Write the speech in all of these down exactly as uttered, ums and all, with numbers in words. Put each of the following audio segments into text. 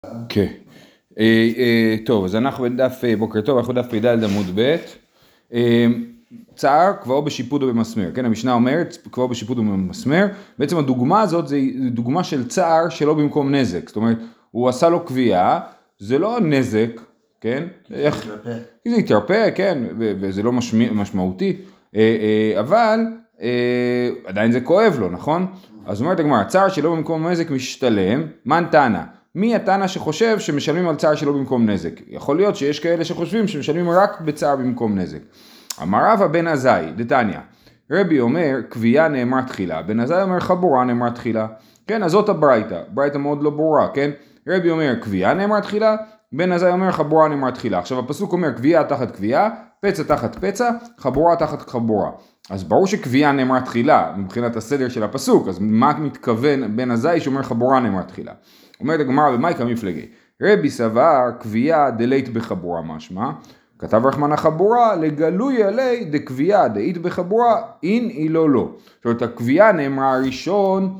כן. טוב, אז אנחנו בדף, בוקר טוב, אנחנו בדף פ"ד עמוד ב'. צער קבעו בשיפוד או במסמר, כן, המשנה אומרת קבעו בשיפוד או במסמר. בעצם הדוגמה הזאת זה דוגמה של צער שלא במקום נזק, זאת אומרת, הוא עשה לו קביעה, זה לא נזק, כן? איך? כי זה יתרפא, כן, וזה לא משמעותי, אבל עדיין זה כואב לו, נכון? אז אומרת הגמרא, צער שלא במקום נזק משתלם, מן תנא? מי התנא שחושב שמשלמים על צער שלא במקום נזק? יכול להיות שיש כאלה שחושבים שמשלמים רק בצער במקום נזק. אמר רבא בן עזאי, דתניא, רבי אומר, קביעה נאמר תחילה, בן עזאי אומר חבורה נאמר תחילה. כן, אז זאת הברייתא, ברייתא מאוד לא ברורה, כן? רבי אומר, קביעה נאמר תחילה, בן עזאי אומר, חבורה נאמר תחילה. עכשיו הפסוק אומר, קביעה תחת קביעה, פצע תחת פצע, חבורה תחת חבורה. אז ברור שקביעה נאמר תחילה, מבחינת הסדר של הפסוק, אז מה מתכוון בן עזאי שאומר חבורה נאמר תחילה? אומרת הגמרא במאי כמפלגי, רבי סבר קביעה דלית בחבורה משמע, כתב רחמנא חבורה לגלוי עלי דקביעה דאית בחבורה אין אילו לא. זאת אומרת הקביעה נאמרה ראשון,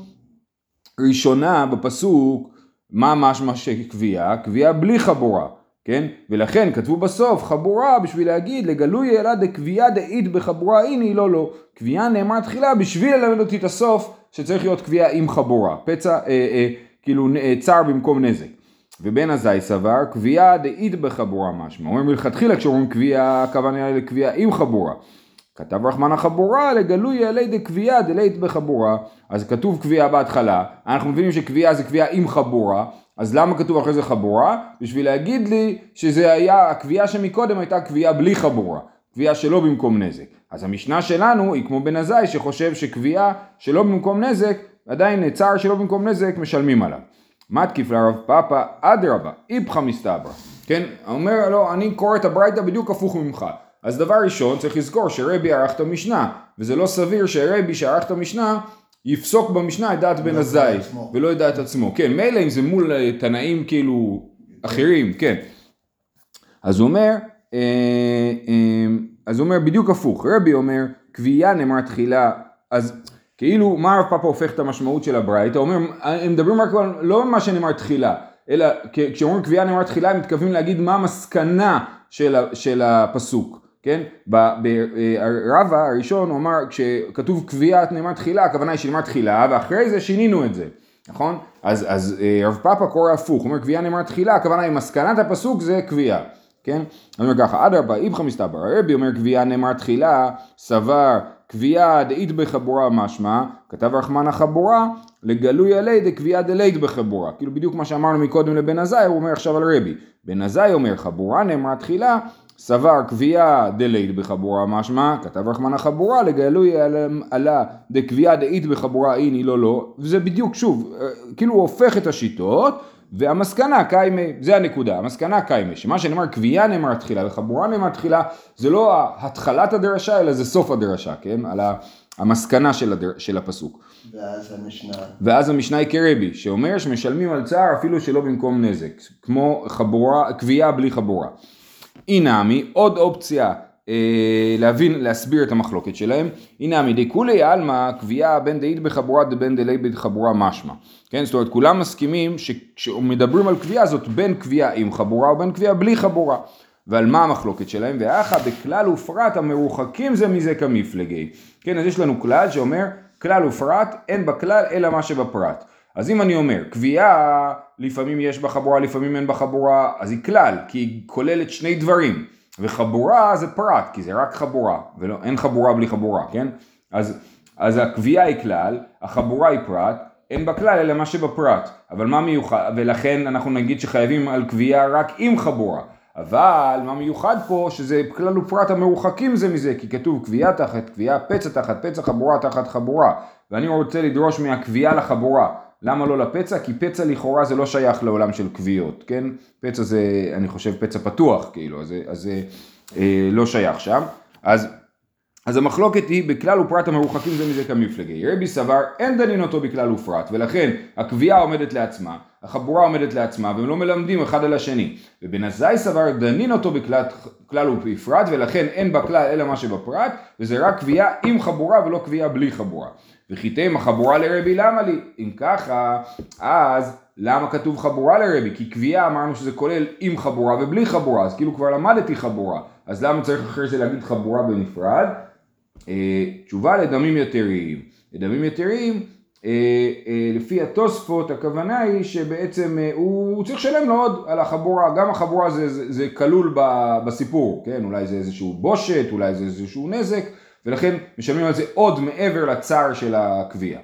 ראשונה בפסוק, מה משמע שקביעה? קביעה בלי חבורה, כן? ולכן כתבו בסוף חבורה בשביל להגיד לגלוי עלי דקביעה דאית בחבורה אין אילו לא. קביעה נאמרה תחילה בשביל ללמד אותי את הסוף שצריך להיות קביעה עם חבורה, פצע, אה, אה, כאילו צער במקום נזק. ובן עזאי סבר קביעה דאית בחבורה משמע. אומר מלכתחילה כשאומרים קביעה, הכוונה לקביעה עם חבורה. כתב רחמנא חבורה לגלוי עלי דקביעה דלית בחבורה. אז כתוב קביעה בהתחלה, אנחנו מבינים שקביעה זה קביעה עם חבורה, אז למה כתוב אחרי זה חבורה? בשביל להגיד לי שזה היה, הקביעה שמקודם הייתה קביעה בלי חבורה, קביעה שלא במקום נזק. אז המשנה שלנו היא כמו בן עזאי שחושב שקביעה שלא במקום נזק, עדיין צער שלא במקום נזק משלמים עליו. מתקיף לרב פאפא אדרבה, איפכא מסתברא. כן, אומר לו, אני קורא את הברייתא בדיוק הפוך ממך. אז דבר ראשון צריך לזכור שרבי ערך את המשנה, וזה לא סביר שרבי שערך את המשנה יפסוק במשנה את דעת בן עזאי, ולא את דעת עצמו. כן, מילא אם זה מול תנאים כאילו אחרים, כן. אז הוא אומר, אז הוא אומר בדיוק הפוך. רבי אומר, קביעה נאמר תחילה, אז כאילו מה הרב פאפא הופך את המשמעות של הברייתא, הוא אומר, הם מדברים רק לא מה שנאמר תחילה, אלא כשאומרים קביעה נאמר תחילה, הם מתכוונים להגיד מה המסקנה של, של הפסוק, כן? ברבא הראשון הוא אמר, כשכתוב קביעה נאמר תחילה, הכוונה היא שנאמר תחילה, ואחרי זה שינינו את זה, נכון? אז, אז הרב פאפא קורא הפוך, הוא אומר קביעה נאמר תחילה, הכוונה היא מסקנת הפסוק זה קביעה, כן? אני אומר ככה, אדרבה, איפכא מסתברא, רבי אומר קביעה נאמר תחילה, סבר, קביעה דאית בחבורה משמע, כתב רחמנא חבורה לגלוי עלי דקביעה דלית בחבורה. כאילו בדיוק מה שאמרנו מקודם לבן עזאי, הוא אומר עכשיו על רבי. בן עזאי אומר חבורה נאמרה תחילה, סבר קביעה דלית בחבורה משמע, כתב רחמנא חבורה לגלוי עלה דקביעה דאית בחבורה אין אילו לא. וזה בדיוק שוב, כאילו הוא הופך את השיטות, והמסקנה קיימי, זה הנקודה, המסקנה קיימי, שמה שנאמר קביעה נאמר תחילה וחבורה נאמר תחילה, זה לא התחלת הדרשה, אלא זה סוף הדרשה, כן? על המסקנה של, הדר, של הפסוק. ואז המשנה. ואז המשנה היא כרבי, שאומר שמשלמים על צער אפילו שלא במקום נזק, כמו חבורה, קביעה בלי חבורה. אינמי, עוד אופציה, להבין, להסביר את המחלוקת שלהם. הנה מדי כולי עלמא קביעה בין דאית בחבורה דבין דלית בחבורה משמע. כן, זאת אומרת כולם מסכימים שכשמדברים על קביעה זאת בין קביעה עם חבורה או בין קביעה בלי חבורה. ועל מה המחלוקת שלהם? ואחא בכלל ופרט המרוחקים זה מזה כמפלגי. כן, אז יש לנו כלל שאומר כלל ופרט אין בכלל אלא מה שבפרט. אז אם אני אומר קביעה לפעמים יש בחבורה לפעמים אין בחבורה, אז היא כלל כי היא כוללת שני דברים. וחבורה זה פרט, כי זה רק חבורה, ולא, אין חבורה בלי חבורה, כן? אז, אז הקביעה היא כלל, החבורה היא פרט, אין בכלל אלא מה שבפרט, אבל מה מיוחד, ולכן אנחנו נגיד שחייבים על קביעה רק עם חבורה, אבל מה מיוחד פה שזה כלל ופרט המרוחקים זה מזה, כי כתוב קביעה תחת קביעה, פצע תחת פצע, חבורה תחת חבורה, ואני רוצה לדרוש מהקביעה לחבורה, למה לא לפצע? כי פצע לכאורה זה לא שייך לעולם של קביעות, כן? פצע זה, אני חושב, פצע פתוח, כאילו, אז, אז אה, לא שייך שם. אז, אז המחלוקת היא, בכלל ופרט המרוחקים זה מזה כמפלגי. רבי סבר, אין דנין אותו בכלל ופרט, ולכן הקביעה עומדת לעצמה, החבורה עומדת לעצמה, והם לא מלמדים אחד על השני. ובן עזאי סבר, דנין אותו בכלל ופרט, ולכן אין בכלל אלא מה שבפרט, וזה רק קביעה עם חבורה ולא קביעה בלי חבורה. וחיתם החבורה לרבי למה לי, אם ככה, אז למה כתוב חבורה לרבי? כי קביעה אמרנו שזה כולל עם חבורה ובלי חבורה, אז כאילו כבר למדתי חבורה, אז למה צריך אחרי זה להגיד חבורה בנפרד? אה, תשובה לדמים יתרים. לדמים יתרים, אה, אה, לפי התוספות הכוונה היא שבעצם אה, הוא, הוא צריך לשלם לו עוד על החבורה, גם החבורה זה, זה, זה כלול ב, בסיפור, כן? אולי זה איזשהו בושת, אולי זה איזשהו נזק, ולכן משלמים על זה עוד מעבר לצער של הקביעה.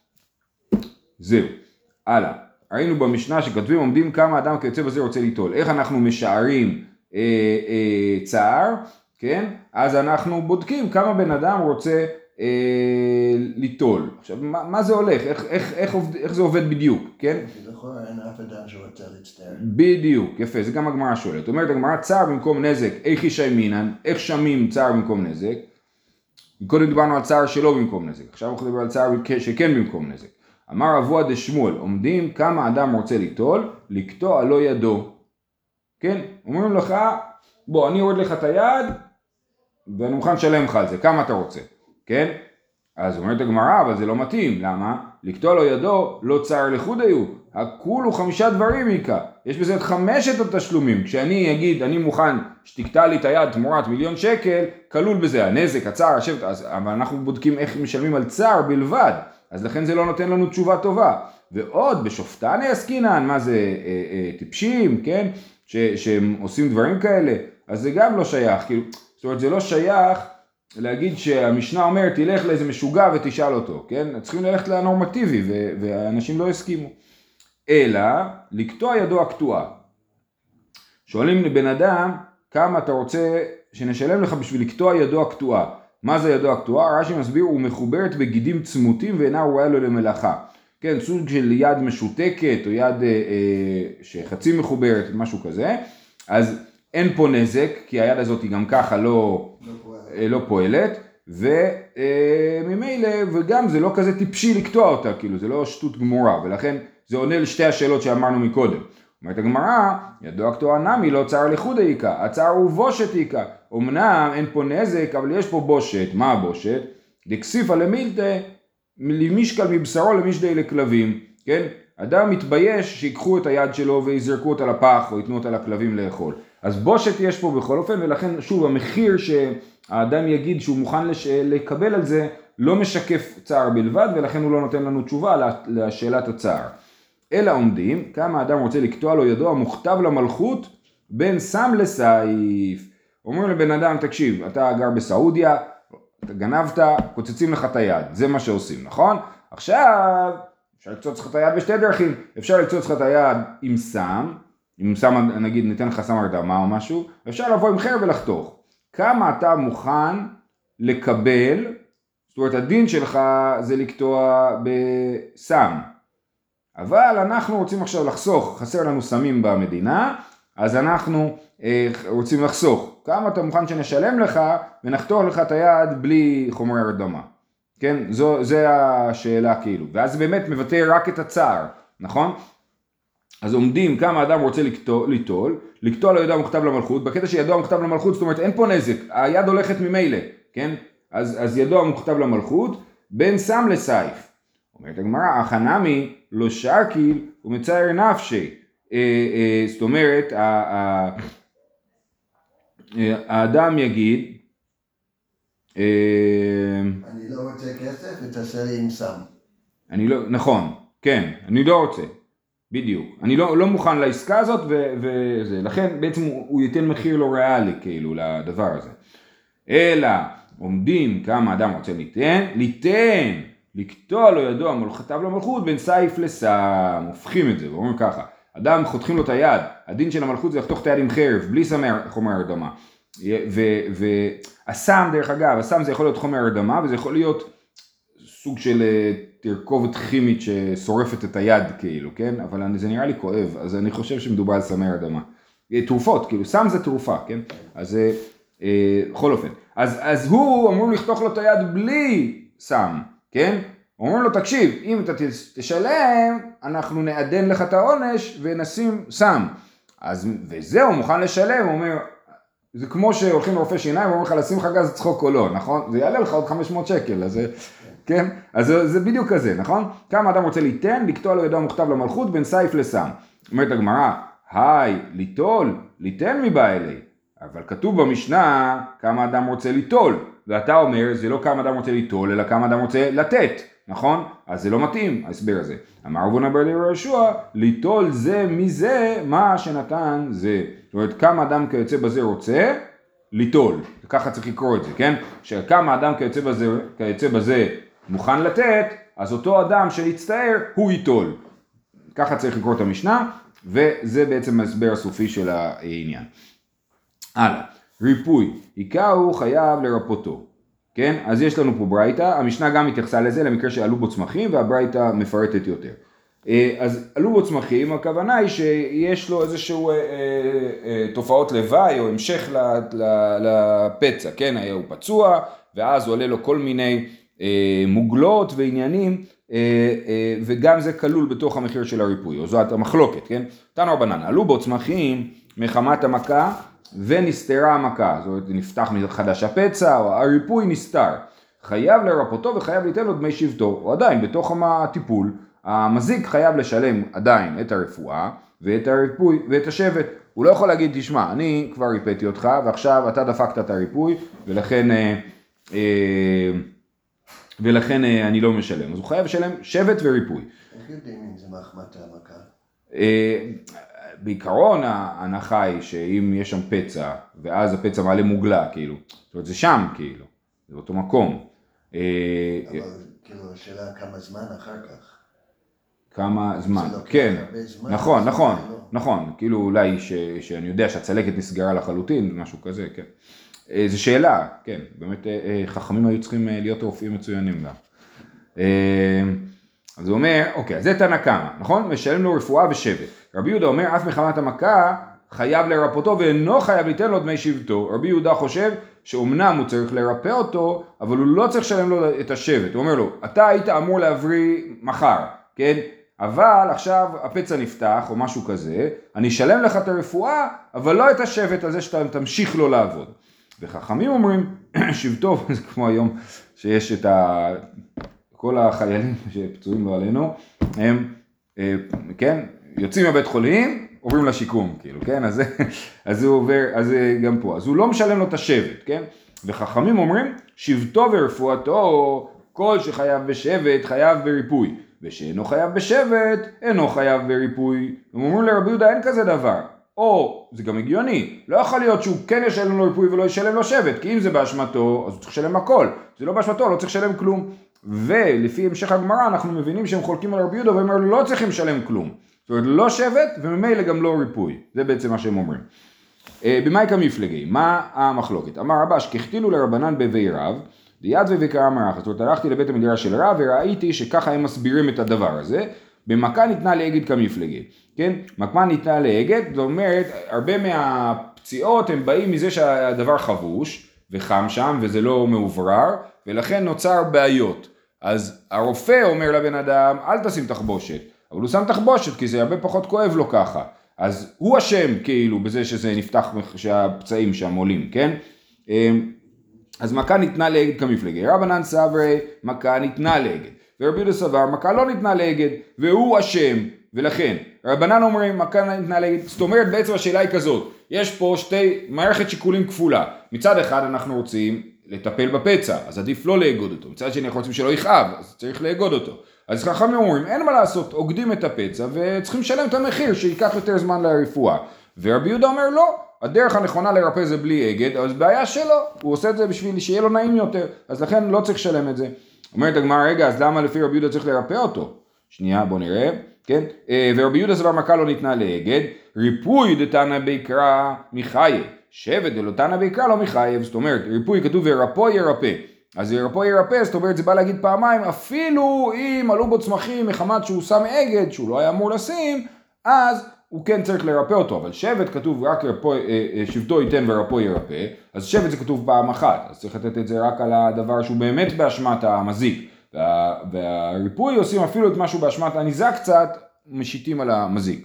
זהו, הלאה. ראינו במשנה שכתבים עומדים כמה אדם כיוצא בזה רוצה ליטול. איך אנחנו משערים אה, אה, צער, כן? אז אנחנו בודקים כמה בן אדם רוצה אה, ליטול. עכשיו, מה, מה זה הולך? איך, איך, איך, עובד, איך זה עובד בדיוק, כן? לכאורה אין אף אדם שרוצה להצטער. בדיוק, יפה, זה גם הגמרא שואלת. אומרת הגמרא צער במקום נזק, איך ישי מינן, איך שמים צער במקום נזק? קודם דיברנו על צער שלא במקום נזק, עכשיו אנחנו מדברים על צער שכן במקום נזק. אמר אבוה דשמואל, עומדים כמה אדם רוצה ליטול, לקטוע לא ידו. כן? אומרים לך, בוא, אני יורד לך את היד, ואני מוכן לשלם לך על זה, כמה אתה רוצה? כן? אז אומרת הגמרא, אבל זה לא מתאים, למה? לקטוע לו ידו, לא צער לחוד היו, הכולו חמישה דברים עיקה, יש בזה את חמשת התשלומים, כשאני אגיד, אני מוכן שתקטע לי את היד תמורת מיליון שקל, כלול בזה הנזק, הצער, השבט, אז, אבל אנחנו בודקים איך משלמים על צער בלבד, אז לכן זה לא נותן לנו תשובה טובה, ועוד בשופטני עסקינן, מה זה אה, אה, טיפשים, כן? ש, שהם עושים דברים כאלה, אז זה גם לא שייך, כאילו, זאת אומרת זה לא שייך, להגיד שהמשנה אומרת תלך לאיזה משוגע ותשאל אותו, כן? צריכים ללכת לנורמטיבי ואנשים לא הסכימו. אלא לקטוע ידו הקטועה. שואלים לבן אדם כמה אתה רוצה שנשלם לך בשביל לקטוע ידו הקטועה. מה זה ידו הקטועה? רש"י מסביר הוא מחוברת בגידים צמותים ואינה ראויה לו למלאכה. כן, סוג של יד משותקת או יד אה, אה, שחצי מחוברת, משהו כזה. אז אין פה נזק, כי היד הזאת היא גם ככה לא, לא, לא פועלת, וממילא, וגם זה לא כזה טיפשי לקטוע אותה, כאילו, זה לא שטות גמורה, ולכן זה עונה לשתי השאלות שאמרנו מקודם. אומרת הגמרא, ידו הקטועה נמי לא צער לחוד איקה, הצער הוא בושת איקה, אמנם אין פה נזק, אבל יש פה בושת, מה הבושת? דקסיפה למילתא, למשקל מבשרו למשדי לכלבים, כן? אדם מתבייש שיקחו את היד שלו ויזרקו אותה לפח או ייתנו אותה לכלבים לאכול. אז בושת יש פה בכל אופן, ולכן שוב המחיר שהאדם יגיד שהוא מוכן לש... לקבל על זה לא משקף צער בלבד, ולכן הוא לא נותן לנו תשובה לשאלת הצער. אלא עומדים, כמה האדם רוצה לקטוע לו ידו המוכתב למלכות בין סם לסייף. אומרים לבן אדם, תקשיב, אתה גר בסעודיה, אתה גנבת, קוצצים לך את היד, זה מה שעושים, נכון? עכשיו אפשר לקצוץ לך את היד בשתי דרכים, אפשר לקצוץ לך את היד עם סם, עם סם, נגיד ניתן לך סם הרדמה או משהו, אפשר לבוא עם חרב ולחתוך. כמה אתה מוכן לקבל, זאת אומרת הדין שלך זה לקטוע בסם, אבל אנחנו רוצים עכשיו לחסוך, חסר לנו סמים במדינה, אז אנחנו אה, רוצים לחסוך. כמה אתה מוכן שנשלם לך ונחתוך לך את היד בלי חומרי הרדמה. כן, זו, זה השאלה כאילו. ואז באמת מבטא רק את הצער, נכון? אז עומדים כמה אדם רוצה לקטול, ליטול, לקטוע לו ידו המוכתב למלכות, בקטע שידו המוכתב למלכות, זאת אומרת אין פה נזק, היד הולכת ממילא, כן? אז, אז ידו המוכתב למלכות, בין סם לסייף. אומרת הגמרא, החנמי לא שרקיל ומצייר נפשי. אה, אה, זאת אומרת, ה, ה, האדם יגיד, אני לא רוצה כסף ותעשה לי עם סם. אני לא, נכון, כן, אני לא רוצה, בדיוק. אני לא, לא מוכן לעסקה הזאת ו, וזה, לכן בעצם הוא, הוא ייתן מחיר לא ריאלי כאילו לדבר הזה. אלא עומדים כמה אדם רוצה ליתן, ליתן, לקטוע לו ידו המוכתב למלכות בין סייף לסם, הופכים את זה ואומרים ככה, אדם חותכים לו את היד, הדין של המלכות זה לחתוך את היד עם חרב, בלי סמי חומר הרדמה. והסם דרך אגב, הסם זה יכול להיות חומר הרדמה וזה יכול להיות סוג של תרכובת כימית ששורפת את היד כאילו, כן? אבל זה נראה לי כואב, אז אני חושב שמדובר על סמי הרדמה. תרופות, כאילו, סם זה תרופה, כן? אז בכל אופן. אז, אז הוא אמור לחתוך לו את היד בלי סם, כן? אומרים לו, תקשיב, אם אתה תשלם, אנחנו נעדן לך את העונש ונשים סם. אז, וזהו, מוכן לשלם, הוא אומר, זה כמו שהולכים לרופא שיניים, ואומרים לך, לשים לך גז צחוק או לא, נכון? זה יעלה לך עוד חמש מאות שקל, אז כן? אז זה, זה בדיוק כזה, נכון? כמה אדם רוצה ליתן, לקטוע לו ידו מוכתב למלכות בין סייף לסם. אומרת הגמרא, היי, ליטול, ליתן מבא אלי. אבל כתוב במשנה כמה אדם רוצה ליטול, ואתה אומר זה לא כמה אדם רוצה ליטול, אלא כמה אדם רוצה לתת, נכון? אז זה לא מתאים, ההסבר הזה. אמר רב הונא בר יהושע, ליטול זה מזה מה שנתן זה. זאת אומרת, כמה אדם כיוצא בזה רוצה ליטול, וככה צריך לקרוא את זה, כן? שכמה אדם כיוצא בזה, כיוצא בזה מוכן לתת, אז אותו אדם שיצטער הוא ייטול. ככה צריך לקרוא את המשנה, וזה בעצם ההסבר הסופי של העניין. הלאה, ריפוי, עיקרו חייב לרפותו, כן? אז יש לנו פה ברייתא, המשנה גם התייחסה לזה למקרה שעלו בו צמחים, והברייתא מפרטת יותר. אז עלו בו צמחים, הכוונה היא שיש לו איזשהו אה, אה, תופעות לוואי או המשך לפצע, כן? הוא פצוע, ואז עולה לו כל מיני אה, מוגלות ועניינים, אה, אה, וגם זה כלול בתוך המחיר של הריפוי, או זאת המחלוקת, כן? תנו רבנן, עלו בו צמחים מחמת המכה, ונסתרה המכה, זאת אומרת נפתח מחדש הפצע, או הריפוי נסתר, חייב לרפותו וחייב ליתן לו דמי שבטו, או עדיין בתוך הטיפול, המזיק חייב לשלם עדיין את הרפואה, ואת הריפוי, ואת השבט, הוא לא יכול להגיד, תשמע, אני כבר ריפאתי אותך, ועכשיו אתה דפקת את הריפוי, ולכן, אה, אה, ולכן אה, אני לא משלם, אז הוא חייב לשלם שבט וריפוי. איך יודעים אם זה מחמת המכה? אה, בעיקרון ההנחה היא שאם יש שם פצע, ואז הפצע מעלה מוגלה, כאילו, זאת אומרת זה שם, כאילו, זה אותו מקום. אבל כאילו השאלה כמה זמן אחר כך. כמה זמן, כן, נכון, נכון, נכון, כאילו אולי שאני יודע שהצלקת נסגרה לחלוטין, משהו כזה, כן. זו שאלה, כן, באמת חכמים היו צריכים להיות רופאים מצוינים גם. אז הוא אומר, אוקיי, אז זה תנא קמא, נכון? משלם לו רפואה ושבט. רבי יהודה אומר, אף מחמת המכה חייב לרפאותו ואינו חייב ליתן לו דמי שבטו. רבי יהודה חושב שאומנם הוא צריך לרפא אותו, אבל הוא לא צריך לשלם לו את השבט. הוא אומר לו, אתה היית אמור להבריא מחר, כן? אבל עכשיו הפצע נפתח או משהו כזה, אני אשלם לך את הרפואה, אבל לא את השבט על זה שאתה תמשיך לו לעבוד. וחכמים אומרים, שבטו, זה כמו היום שיש את ה... כל החיילים שפצועים לו עלינו, הם, כן, יוצאים מהבית חולים, עוברים לשיקום, כאילו, כן, אז, אז הוא עובר, אז גם פה, אז הוא לא משלם לו את השבט, כן, וחכמים אומרים, שבטו ורפואתו, כל שחייב בשבט, חייב בריפוי, ושאינו חייב בשבט, אינו חייב בריפוי, הם אומרים לרבי יהודה, אין כזה דבר, או, זה גם הגיוני, לא יכול להיות שהוא כן ישלם לו ריפוי ולא ישלם לו שבט, כי אם זה באשמתו, אז הוא צריך לשלם הכל, זה לא באשמתו, לא צריך לשלם כלום, ולפי המשך הגמרא אנחנו מבינים שהם חולקים על רבי יהודה והם אומרים לא צריכים לשלם כלום. זאת אומרת לא שבט וממילא גם לא ריפוי. זה בעצם מה שהם אומרים. במאי כמפלגי, מה המחלוקת? אמר רבא שכחתילו לרבנן בבי רב, דיית ובקרא מרח. זאת אומרת הלכתי לבית המדרש של רב וראיתי שככה הם מסבירים את הדבר הזה. במכה ניתנה לאגד כמפלגי. כן? מכה ניתנה לאגד, זאת אומרת הרבה מהפציעות הם באים מזה שהדבר חבוש וחם שם וזה לא מאוברר. ולכן נוצר בעיות. אז הרופא אומר לבן אדם, אל תשים תחבושת. אבל הוא שם תחבושת, כי זה הרבה פחות כואב לו ככה. אז הוא אשם כאילו בזה שזה נפתח, שהפצעים שם עולים, כן? אז מכה ניתנה לאגד כמפלגי. רבנן סברי, מכה ניתנה לאגד. ורבי יהודה סבר, מכה לא ניתנה לאגד, והוא אשם. ולכן, רבנן אומרים, מכה ניתנה לאגד. זאת אומרת, בעצם השאלה היא כזאת. יש פה שתי, מערכת שיקולים כפולה. מצד אחד אנחנו רוצים לטפל בפצע, אז עדיף לא לאגוד אותו. מצד שני אנחנו רוצים שלא יכאב, אז צריך לאגוד אותו. אז חכמים אומרים, אין מה לעשות, עוגדים את הפצע וצריכים לשלם את המחיר שייקח יותר זמן לרפואה. ורבי יהודה אומר לא, הדרך הנכונה לרפא זה בלי אגד, אז בעיה שלו, הוא עושה את זה בשביל שיהיה לו נעים יותר, אז לכן לא צריך לשלם את זה. אומרת הגמרא, רגע, אז למה לפי רבי יהודה צריך לרפא אותו? שנייה, בוא נראה, כן? ורבי יהודה סבר מכה לא ניתנה לאגד, ריפוי דתנא ביקרא מחייב. שבט דלותנא ביקרא לא מחייב, זאת אומרת, ריפוי כתוב וירפא ירפא. אז ירפא ירפא, זאת אומרת, זה בא להגיד פעמיים, אפילו אם עלו בו צמחים מחמת שהוא שם אגד, שהוא לא היה אמור לשים, אז הוא כן צריך לרפא אותו, אבל שבט כתוב רק ירפא, שבטו ייתן ורפא ירפא, אז שבט זה כתוב פעם אחת, אז צריך לתת את זה רק על הדבר שהוא באמת באשמת המזיק, וה, והריפוי עושים אפילו את משהו באשמת הניזק קצת, משיתים על המזיק.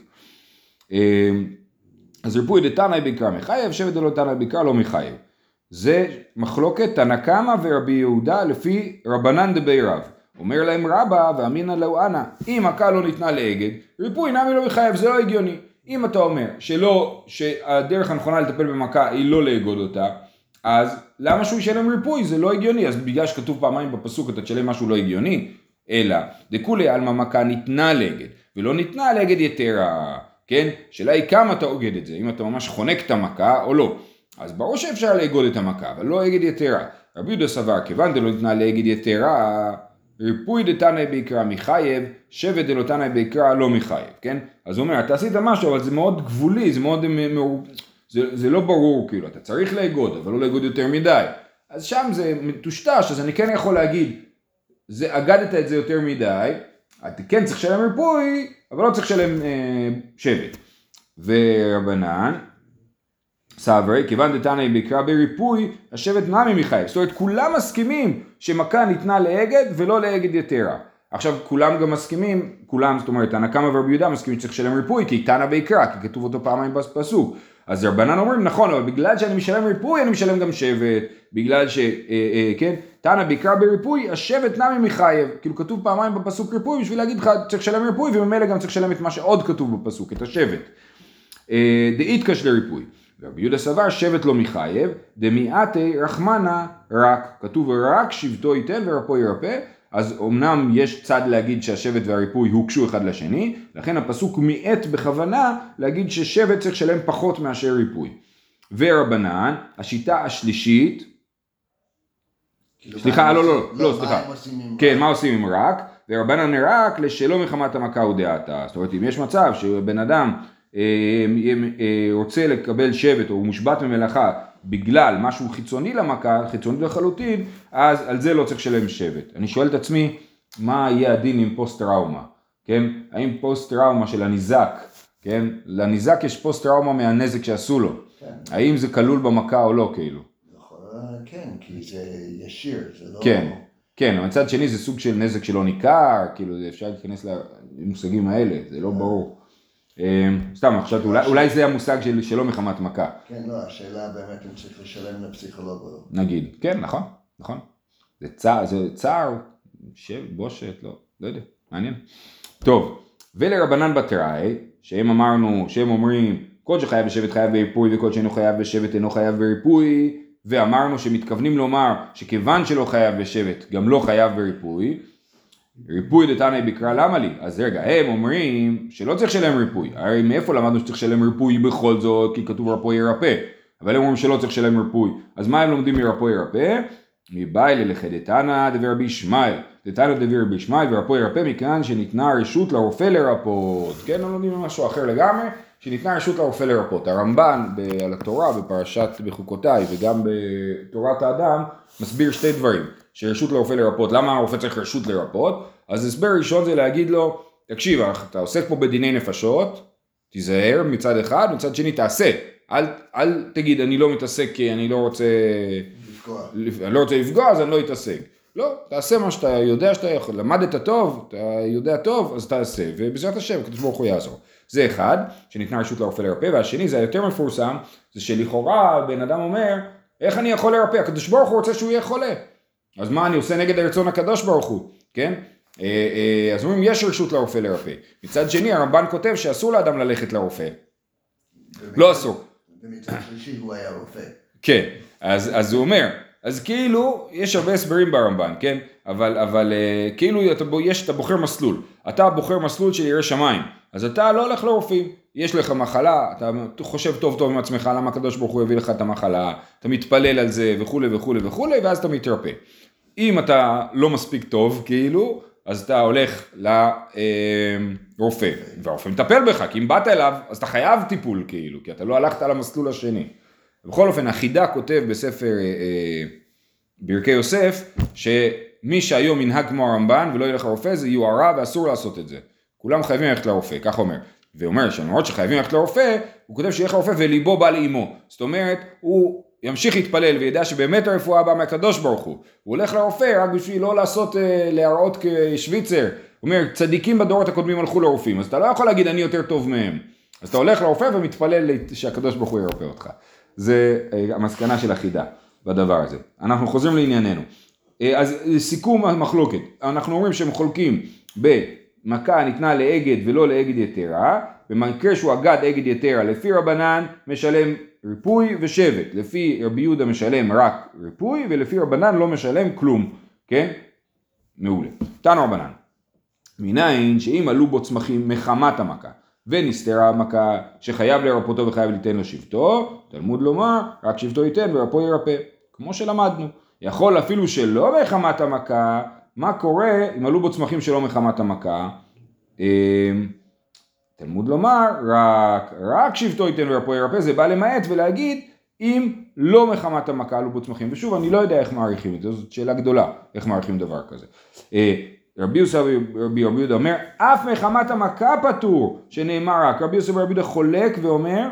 אז ריפוי דתנא ביקרא מחייב, שבט דלותנא ביקרא לא מחייב. זה מחלוקת תנא קמא ורבי יהודה לפי רבנן דבי רב. אומר להם רבא ואמינא לו אנא, אם מכה לא ניתנה לאגד, ריפוי נמי לא מחייב, זה לא הגיוני. אם אתה אומר שלא, שהדרך הנכונה לטפל במכה היא לא לאגוד אותה, אז למה שהוא ישלם ריפוי? זה לא הגיוני. אז בגלל שכתוב פעמיים בפסוק אתה תשלם משהו לא הגיוני, אלא דכולי עלמא מכה ניתנה לאגד ולא ניתנה לאגד יתרה, כן? שאלה היא כמה אתה אוגד את זה, אם אתה ממש חונק את המכה או לא. אז ברור שאפשר לאגוד את המכה, אבל לא אגד יתרה. רבי יהודה סבר, כיוון דלא ניתנה לאגד יתרה, ריפוי דתנאי ביקרא מחייב, שבט דלא תנאי ביקרא לא מחייב, כן? אז הוא אומר, אתה עשית משהו, אבל זה מאוד גבולי, זה מאוד, זה, זה לא ברור, כאילו, אתה צריך לאגוד, אבל לא לאגוד יותר מדי. אז שם זה מטושטש, אז אני כן יכול להגיד, זה, אגדת את זה יותר מדי, אתה כן צריך לשלם ריפוי, אבל לא צריך לשלם אה, שבט. ורבנן, סברי, כיוון דתנאי ביקרא בריפוי, השבט נמי מחייב. זאת אומרת, כולם מסכימים שמכה ניתנה לאגד ולא לאגד יתרה. עכשיו, כולם גם מסכימים, כולם, זאת אומרת, תנא קמא ורבי יהודה מסכימים שצריך לשלם ריפוי, כי תנא ביקרא, כי כתוב אותו פעמיים בפסוק. אז רבנן אומרים, נכון, אבל בגלל שאני משלם ריפוי, אני משלם גם שבט, בגלל ש, אה, אה, כן, תנא ביקרא בריפוי, השבט נמי מחייב. כאילו כתוב פעמיים בפסוק ריפוי, בשביל להגיד לך, צריך לשלם ריפוי, וממילא גם צריך לשלם את מה שעוד כתוב בפסוק, את השבט. אה, דאית קש לריפוי. רבי יהודה סבר שבט לא מחייב, דמיעתי רחמנה רק, כתוב רק שבטו ייתן ורפו ירפא, אז אמנם יש צד להגיד שהשבט והריפוי הוקשו אחד לשני, לכן הפסוק מיעט בכוונה להגיד ששבט צריך לשלם פחות מאשר ריפוי. ורבנן, השיטה השלישית, סליחה, לא, לא, לא, סליחה, כן, מה עושים עם רק? ורבנן רק לשלא מחמת המכה ודעתה, זאת אומרת אם יש מצב שבן אדם רוצה לקבל שבט או מושבת ממלאכה בגלל משהו חיצוני למכה, חיצוני לחלוטין, אז על זה לא צריך לשלם שבט. אני שואל את עצמי, מה יהיה הדין עם פוסט טראומה? כן? האם פוסט טראומה של הניזק, כן? לניזק יש פוסט טראומה מהנזק שעשו לו. כן. האם זה כלול במכה או לא כאילו? כן, כי זה ישיר, זה לא... כן, כן, מצד שני זה סוג של נזק שלא ניכר, כאילו אפשר להיכנס למושגים האלה, זה לא ברור. סתם, עכשיו, אולי, אולי זה המושג של, שלא מחמת מכה. כן, לא, השאלה באמת אם צריך לשלם לפסיכולוג או לא. נגיד, כן, נכון, נכון. זה צער, זה צער, בושת, לא, לא יודע, מעניין. טוב, ולרבנן בתראי, שהם אמרנו, שהם אומרים, כל שחייב בשבט חייב בריפוי, וכל שאינו חייב בשבט אינו חייב בריפוי, ואמרנו שמתכוונים לומר, שכיוון שלא חייב בשבט, גם לא חייב בריפוי, ריפוי דתנאי ביקרא למה לי? אז רגע, הם אומרים שלא צריך לשלם ריפוי. הרי מאיפה למדנו שצריך לשלם ריפוי בכל זאת, כי כתוב רפוי ירפא. אבל הם אומרים שלא צריך לשלם ריפוי. אז מה הם לומדים מרפוי ירפא? מבאי ללכי דתנא דבי רבי ישמעאל. דתנא דבי רבי ישמעאל ורפוי ירפא מכאן שניתנה רשות לרופא לרפות. כן, לא לומדים משהו אחר לגמרי, שניתנה רשות לרופא לרפות. הרמב"ן על התורה בפרשת בחוקותיי וגם בתורת האדם מסביר שתי דברים. שרשות לרופא לרפות, למה הרופא צריך רשות לרפות? אז הסבר ראשון זה להגיד לו, תקשיב, אתה עוסק פה בדיני נפשות, תיזהר מצד אחד, מצד שני תעשה, אל, אל תגיד אני לא מתעסק כי אני לא רוצה לפגוע, אני לא רוצה לפגוע אז אני לא אתעסק, לא, תעשה מה שאתה יודע שאתה יכול, למדת טוב, אתה יודע טוב, אז תעשה, ובעזרת השם, הקדוש ברוך הוא יעזור. זה אחד, שניתנה רשות לרופא לרפא, והשני זה היותר מפורסם, זה שלכאורה בן אדם אומר, איך אני יכול לרפא? הקדוש ברוך הוא רוצה שהוא יהיה חולה. אז מה אני עושה נגד הרצון הקדוש ברוך הוא, כן? אז אומרים יש רשות לרופא לרפא. מצד שני הרמב"ן כותב שאסור לאדם ללכת לרופא. לא אסור. במצד שלישי הוא היה רופא. כן, אז, אז הוא אומר, אז כאילו יש הרבה הסברים ברמב"ן, כן? אבל, אבל כאילו אתה, יש, אתה בוחר מסלול. אתה בוחר מסלול של ירא שמיים. אז אתה לא הולך לרופאים. יש לך מחלה, אתה חושב טוב טוב עם עצמך למה הקדוש ברוך הוא יביא לך את המחלה, אתה מתפלל על זה וכו' וכו' וכו' ואז אתה מתרפא. אם אתה לא מספיק טוב כאילו, אז אתה הולך לרופא, והרופא מטפל בך, כי אם באת אליו, אז אתה חייב טיפול כאילו, כי אתה לא הלכת על המסלול השני. בכל אופן, החידה כותב בספר אה, ברכי יוסף, שמי שהיום ינהג כמו הרמב"ן ולא ילך לרופא, זה יוערה ואסור לעשות את זה. כולם חייבים ללכת לרופא, כך אומר. ואומר שלמרות שחייבים ללכת לרופא, הוא כותב שילך לרופא וליבו בא לאמו. זאת אומרת, הוא ימשיך להתפלל וידע שבאמת הרפואה באה מהקדוש ברוך הוא. הוא הולך לרופא רק בשביל לא לעשות, להראות כשוויצר. הוא אומר, צדיקים בדורות הקודמים הלכו לרופאים, אז אתה לא יכול להגיד אני יותר טוב מהם. אז אתה הולך לרופא ומתפלל שהקדוש ברוך הוא ירפא אותך. זה המסקנה של החידה בדבר הזה. אנחנו חוזרים לענייננו. אז סיכום המחלוקת, אנחנו אומרים שהם חולקים במכה ניתנה לאגד ולא לאגד יתרה, במקרה שהוא אגד אגד יתרה, לפי רבנן משלם ריפוי ושבט, לפי רבי יהודה משלם רק ריפוי, ולפי רבנן לא משלם כלום, כן? מעולה. תנו רבנן, מניין שאם עלו בו צמחים מחמת המכה, ונסתרה המכה שחייב לרפותו וחייב ליתן לו שבטו, תלמוד לומר, רק שבטו ייתן ורפו ירפא, כמו שלמדנו. יכול אפילו שלא מחמת המכה, מה קורה אם עלו בו צמחים שלא מחמת המכה? תלמוד לומר, רק, רק שבטו ייתן ורפו ירפא, זה בא למעט ולהגיד, אם לא מחמת המכה עלו בו צמחים. ושוב, אני לא יודע איך מעריכים את זה, זאת שאלה גדולה, איך מעריכים דבר כזה. רבי יוסף ורבי יהודה אומר, אף מחמת המכה פטור, שנאמר רק, רבי יוסף ורבי יהודה חולק ואומר,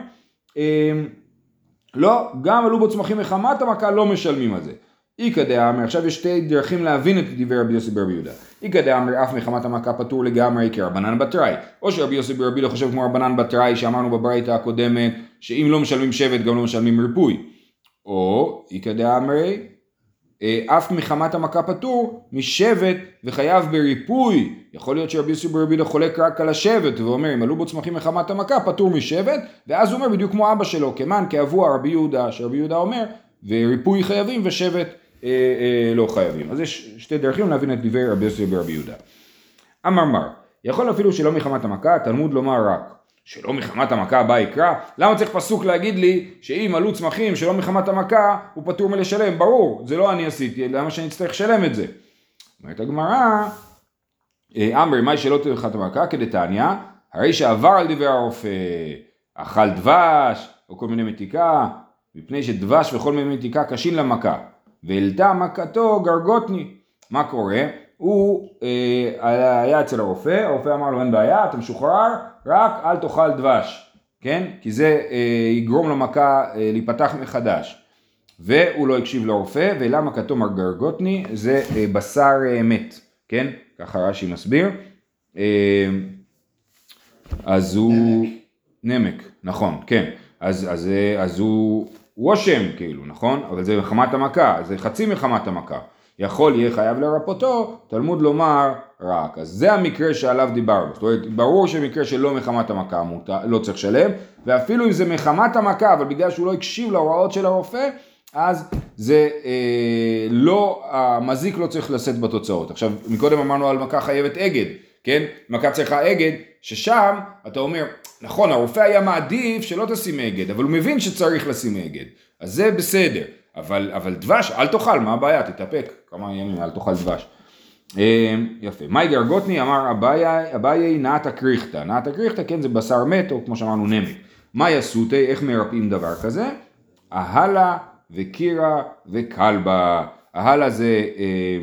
לא, גם עלו בו צמחים מחמת המכה, לא משלמים על זה. איקא דאמר, עכשיו יש שתי דרכים להבין את דברי רבי יוסף ורבי יהודה. איקא דאמר, אף מחמת המכה פטור לגמרי כרבנן בתראי. או שרבי יוסף ורבי יהודה חושב כמו רבנן בתראי, שאמרנו בברייתא הקודמת, שאם לא משלמים שבט, גם לא משלמים ריפוי. או איקא דאמר, אף מחמת המכה פטור משבט וחייב בריפוי. יכול להיות שרבי יוסף ורבי יהודה חולק רק על השבט ואומר אם עלו בו צמחים מחמת המכה פטור משבט, ואז הוא אומר בדיוק כמו אבא שלו, כמן כאבוע רבי יהודה, שרבי יהודה אומר וריפוי חייבים ושבט אה, אה, לא חייבים. אז יש שתי דרכים להבין את דברי רבי יוסף ורבי יהודה. אמר מר, יכול אפילו שלא מחמת המכה, תלמוד לומר רק שלא מחמת המכה הבא יקרא, למה צריך פסוק להגיד לי שאם עלו צמחים שלא מחמת המכה הוא פטור מלשלם? ברור, זה לא אני עשיתי, למה שאני אצטרך לשלם את זה? אומרת הגמרא, אמר מה שלא מחמת המכה כדתניא, הרי שעבר על דברי הרופא, אכל דבש או כל מיני מתיקה, מפני שדבש וכל מיני מתיקה קשים למכה, והעלתה מכתו גרגותני. מה קורה? הוא אה, היה אצל הרופא, הרופא אמר לו אין בעיה, אתה משוחרר, רק אל תאכל דבש, כן? כי זה אה, יגרום למכה אה, להיפתח מחדש. והוא לא הקשיב לרופא, ואלה מכתו מר גרגותני, זה אה, בשר אה, מת, כן? ככה רש"י מסביר. אה, אז הוא... נמק, נכון, כן. אז, אז, אז הוא... הוא אשם כאילו, נכון? אבל זה מחמת המכה, זה חצי מחמת המכה. יכול יהיה חייב לרפותו, תלמוד לומר רק. אז זה המקרה שעליו דיברנו. זאת אומרת, ברור שמקרה שלא מחמת המכה לא צריך לשלם, ואפילו אם זה מחמת המכה, אבל בגלל שהוא לא הקשיב להוראות של הרופא, אז זה אה, לא, המזיק לא צריך לשאת בתוצאות. עכשיו, מקודם אמרנו על מכה חייבת אגד, כן? מכה צריכה אגד, ששם אתה אומר, נכון, הרופא היה מעדיף שלא תשים אגד, אבל הוא מבין שצריך לשים אגד. אז זה בסדר. אבל, אבל דבש, אל תאכל, מה הבעיה? תתאפק. כמה ימים, אל תאכל דבש. יפה. מאי גרגותני אמר אביי, אביי נעתה קריכתא. נעתה קריכתא, כן, זה בשר מת, או כמו שאמרנו נמק. מה יסותי, איך מרפאים דבר כזה? אהלה וקירה וקלבה. אהלה זה אה,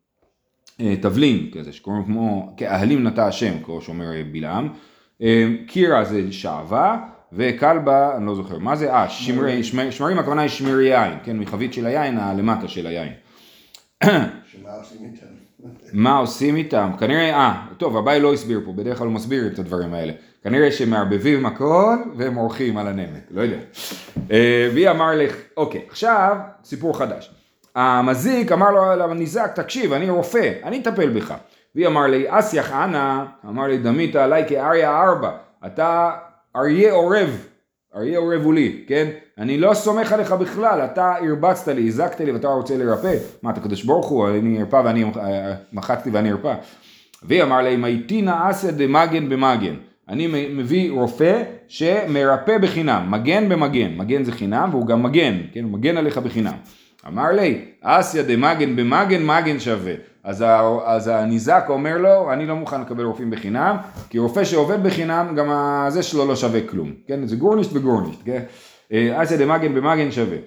אה, תבלין, כזה, שקוראים כמו, כאהלים נטע השם, כמו שאומר בלעם. אה, קירה זה שעבה, וקלבה, אני לא זוכר, מה זה? אה, שמרי, שמר, שמרים, הכוונה היא שמרי יין, כן, מחבית של היין, הלמטה של היין. שמה עושים איתם? מה עושים איתם? כנראה, אה, טוב, הבאי לא הסביר פה, בדרך כלל הוא מסביר את הדברים האלה. כנראה שמערבבים הכל והם עורכים על הנמק, לא יודע. והיא אמר לך, אוקיי, עכשיו סיפור חדש. המזיק אמר לו לניזק, תקשיב, אני רופא, אני אטפל בך. והיא אמר לי, אסייח אנא, אמר לי, דמית עליי כאריה ארבע, אתה אריה עורב, אריה עורב הוא לי, כן? אני לא סומך עליך בכלל, אתה הרבצת לי, הזקת לי ואתה רוצה לרפא. מה, אתה קדוש ברוך הוא, אני הרפא ואני מחצתי ואני הרפא. והיא אמר לי, מייטינה אסיה דמגן במגן. אני מביא רופא שמרפא בחינם, מגן במגן, מגן זה חינם והוא גם מגן, כן? הוא מגן עליך בחינם. אמר לי, אסיה דמגן במגן, מגן שווה. אז, אז הניזק אומר לו, אני לא מוכן לקבל רופאים בחינם, כי רופא שעובד בחינם, גם הזה שלו לא שווה כלום. כן? זה גורנישט וגורנישט. כן? אסיה דמגן במגן שווה.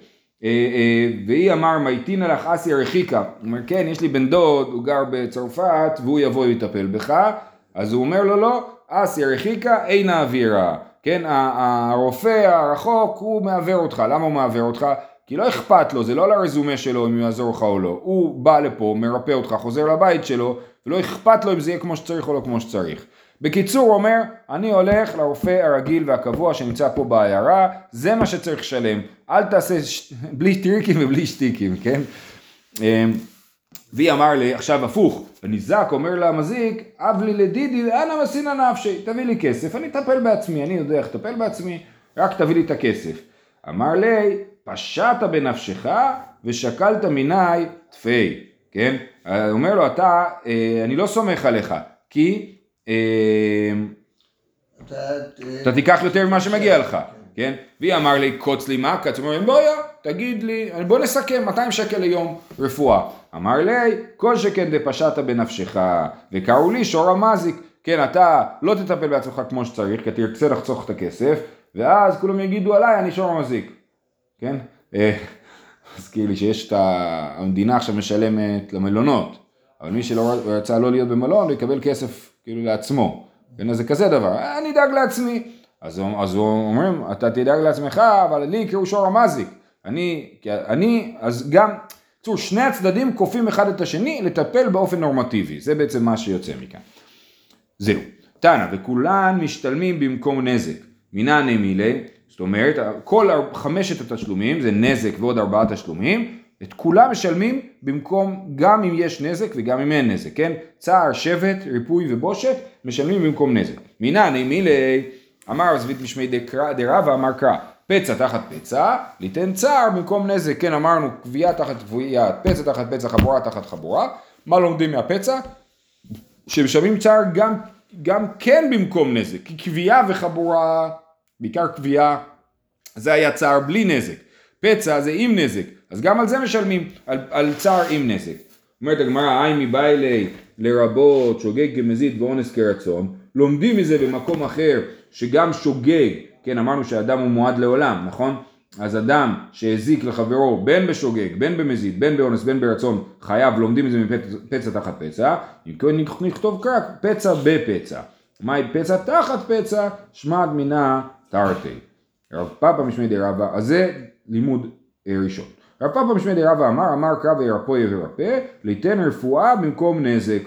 והיא אמר, מייטינה לך אסיה רחיקה. הוא אומר, כן, יש לי בן דוד, הוא גר בצרפת, והוא יבוא לטפל בך. אז הוא אומר לו, לא, אסיה רחיקה, אין האווירה. כן? הרופא הרחוק, הוא מעבר אותך. למה הוא מעבר אותך? כי לא אכפת לו, זה לא לרזומה שלו אם הוא יעזור לך או לא. הוא בא לפה, מרפא אותך, חוזר לבית שלו, ולא אכפת לו אם זה יהיה כמו שצריך או לא כמו שצריך. בקיצור, הוא אומר, אני הולך לרופא הרגיל והקבוע שנמצא פה בעיירה, זה מה שצריך לשלם. אל תעשה ש... בלי טריקים ובלי שטיקים, כן? והיא אמר לי, עכשיו הפוך, הניזק אומר לה מזיק, אב לי לדידי ואנה מסינא נפשי, תביא לי כסף, אני אטפל בעצמי, אני יודע איך לטפל בעצמי, רק תביא לי את הכסף. אמר לי, פשעת בנפשך ושקלת מיני תפי, כן? אומר לו, אתה, אני לא סומך עליך, כי אתה תיקח יותר ממה שמגיע לך, כן? והיא אמר לי, קוץ לי מה? קץ, אומר לי, בואי, תגיד לי, בוא נסכם, מאתיים שקל ליום רפואה. אמר לי, כל שכן דפשעת בנפשך, וקראו לי שור המזיק, כן, אתה לא תטפל בעצמך כמו שצריך, כי תרצה לחצוך את הכסף, ואז כולם יגידו עליי, אני שור המזיק, כן? מזכיר לי שיש את המדינה עכשיו משלמת למלונות, אבל מי שלא רצה לא להיות במלון, הוא יקבל כסף כאילו לעצמו, כן, אז זה כזה דבר, אני אדאג לעצמי, אז, אז הוא אומרים, אתה תדאג לעצמך, אבל לי יקראו שור המזיק, אני, אני, אז גם, צור, שני הצדדים קופים אחד את השני, לטפל באופן נורמטיבי, זה בעצם מה שיוצא מכאן. זהו, תנא, וכולן משתלמים במקום נזק, מינן מילי, זאת אומרת, כל חמשת התשלומים, זה נזק ועוד ארבעה תשלומים, את כולם משלמים במקום, גם אם יש נזק וגם אם אין נזק, כן? צער, שבט, ריפוי ובושת, משלמים במקום נזק. מינן מילי, אמר זבית משמי דרב ואמר קרא, פצע תחת פצע, ליתן צער במקום נזק, כן אמרנו, קביעה תחת קביעה, פצע תחת פצע, חבורה תחת חבורה, מה לומדים מהפצע? שמשלמים צער גם, גם כן במקום נזק, כי קביעה וחבורה, בעיקר קביעה, זה היה צער בלי נזק, פצע זה עם נזק, אז גם על זה משלמים, על, על צער עם נזק. אומרת הגמרא, אי מבאי לי לרבות שוגג כמזיד ואונס כרצון, לומדים מזה במקום אחר שגם שוגג, כן אמרנו שאדם הוא מועד לעולם, נכון? אז אדם שהזיק לחברו בין בשוגג, בין במזיד, בין באונס, בין ברצון, חייב, לומדים מזה מפצע תחת פצע, אם כן נכתוב קרק, פצע בפצע. מהי פצע תחת פצע? שמד מינה תרתי. רב פאפא משמי דרבא, אז זה לימוד ראשון. רב פאפא משמי דרבא אמר, אמר קרא וירפא ירפא, ליתן רפואה במקום נזק.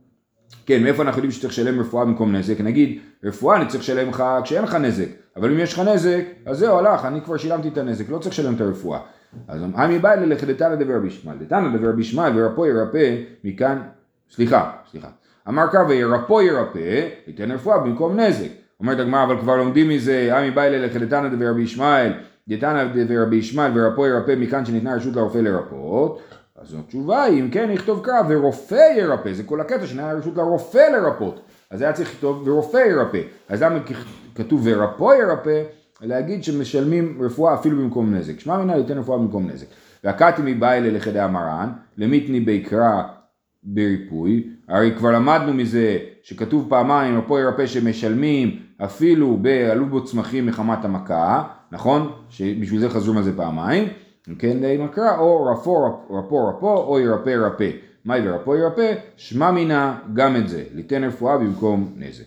כן, מאיפה אנחנו יודעים שצריך לשלם רפואה במקום נזק? נגיד, רפואה אני צריך לשלם לך כשאין לך נזק, אבל אם יש לך נזק, אז זהו, הלך, אני כבר שילמתי את הנזק, לא צריך לשלם את הרפואה. אז אמי בא ללך דתנא דבר רבי ישמעאל, דתנא דבר רבי ישמעאל וירפא ירפא, מכאן, סליחה, סליחה, אמר קרא וירפא ירפא, ליתן רפואה במקום נזק. אומרת הגמרא, אבל כבר לומדים מזה, אמי בא ללך דתנא דבר רבי ישמעאל, דתנא דבר רבי ישמעאל וירפא ירפא, מכאן שניתנה רשות לרופא לרפאות. אז התשובה היא, אם כן יכתוב קרא ורופא ירפא, זה כל הקטע שניתנה רשות לרופא לרפאות. אז היה צריך לכתוב ורופא ירפא. אז למה כתוב ורפא ירפא? להגיד שמשלמים רפואה אפילו במקום נזק. שמע מינה ליתן רפואה במקום נזק. והקאתי מבאי ללכדי המרן, למיתני ביקרא בריפוי. הרי כבר למדנו מזה שכתוב פעמיים רפא ירפא שמשלמים אפילו בעלובות צמחים מחמת המכה, נכון? שבשביל זה חזרו מה זה פעמיים. כן, די מקרא, או רפו רפו רפו, או ירפא רפא. מהי ורפו ירפא? שמע מינה גם את זה, ליתן רפואה במקום נזק.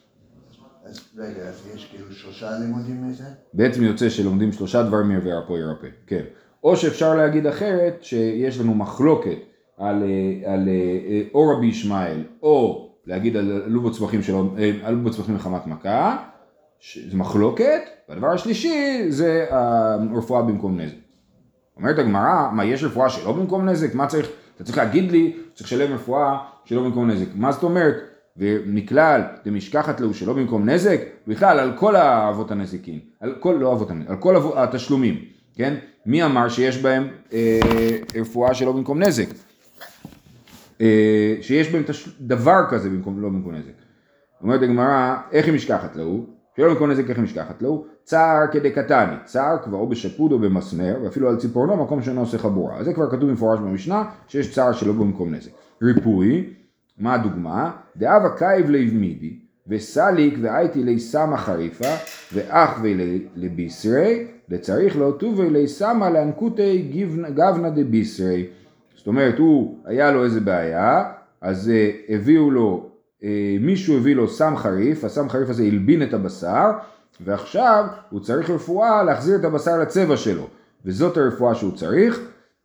אז רגע, אז יש כאילו שלושה לימודים מזה? בעצם יוצא שלומדים שלושה דברים מרפא ירפא, כן. או שאפשר להגיד אחרת, שיש לנו מחלוקת על, על או רבי ישמעאל, או להגיד על עלובות צמחים שלו, עלובות צמחים מחמת מכה, זה מחלוקת, והדבר השלישי זה הרפואה במקום נזק. אומרת הגמרא, מה יש רפואה שלא במקום נזק? מה צריך? אתה צריך להגיד לי, צריך לשלם רפואה שלא במקום נזק. מה זאת אומרת? ומכלל, דמשכחת לו שלא במקום נזק, בכלל על כל האבות הנזיקין, על כל, לא אבות הנזק, על כל התשלומים, כן? מי אמר שיש בהם אה, רפואה שלא במקום נזק? אה, שיש בהם תש... דבר כזה במקום, לא במקום נזק. אומרת הגמרא, איך היא משכחת לו? שלא במקום נזק איך היא משכחת לו? צער כדקתני, צער כבר או בשפוד או במסמר, ואפילו על ציפורנו, מקום שאינו עושה חבורה. אז זה כבר כתוב מפורש במשנה, שיש צער שלא במקום נזק. ריפוי, מה הדוגמה? דאבה קייב לב מידי, וסליק והייתי לי סמה חריפה, ואח ולביסרי, וצריך לא טובי לי סמה לאנקוטי גבנה דביסרי. זאת אומרת, הוא, היה לו איזה בעיה, אז uh, הביאו לו, uh, מישהו הביא לו סם חריף, הסם חריף הזה הלבין את הבשר, ועכשיו הוא צריך רפואה להחזיר את הבשר לצבע שלו, וזאת הרפואה שהוא צריך,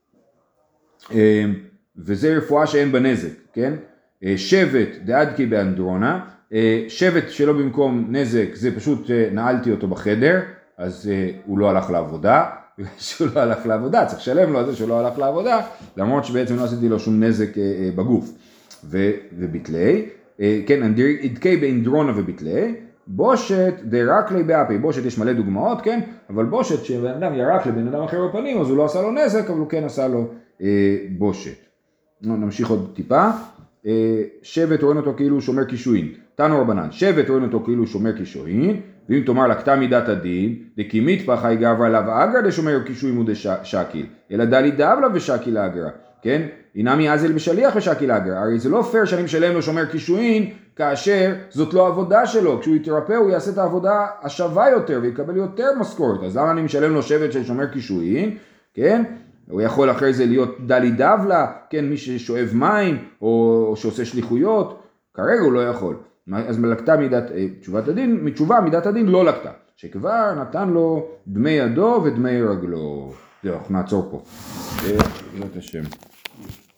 uh, וזה רפואה שאין בנזק, כן? Uh, שבט דעדקי באנדרונה, uh, שבט שלא במקום נזק, זה פשוט uh, נעלתי אותו בחדר, אז uh, הוא לא הלך לעבודה, שהוא לא הלך לעבודה, צריך לשלם לו על זה שהוא לא הלך לעבודה, למרות שבעצם לא עשיתי לו שום נזק בגוף. וביטלי, כן, עדכי באינדרונה וביטלי, בושת דרק לי באפי, בושת יש מלא דוגמאות, כן, אבל בושת שבן אדם ירק לבן אדם אחר בפנים, אז הוא לא עשה לו נזק, אבל הוא כן עשה לו אה, בושת. נמשיך עוד טיפה, אה, שבט רואים אותו כאילו שומר קישואין, תנו רבנן, שבט רואים אותו כאילו שומר קישואין, ואם תאמר לקטה מידת הדין, דקימית פחי גברא לאו אגרא דשומר קישואין ודשקיל, אלא דלי דבלה ושקיל אגרא, כן, אינמי אזל בשליח ושקיל אגרא, הרי זה לא פייר שאני משלם לו שומר קישואין, כאשר זאת לא עבודה שלו, כשהוא יתרפא הוא יעשה את העבודה השווה יותר ויקבל יותר משכורת, אז למה אני משלם לו שבט של שומר קישואין, כן, הוא יכול אחרי זה להיות דלי דבלה, כן, מי ששואב מים או, או שעושה שליחויות, כרגע הוא לא יכול, אז מלקתה מידת, תשובת הדין, מתשובה מידת הדין לא לקתה, שכבר נתן לו דמי ידו ודמי רגלו, זהו, אנחנו נעצור פה, בעזרת השם.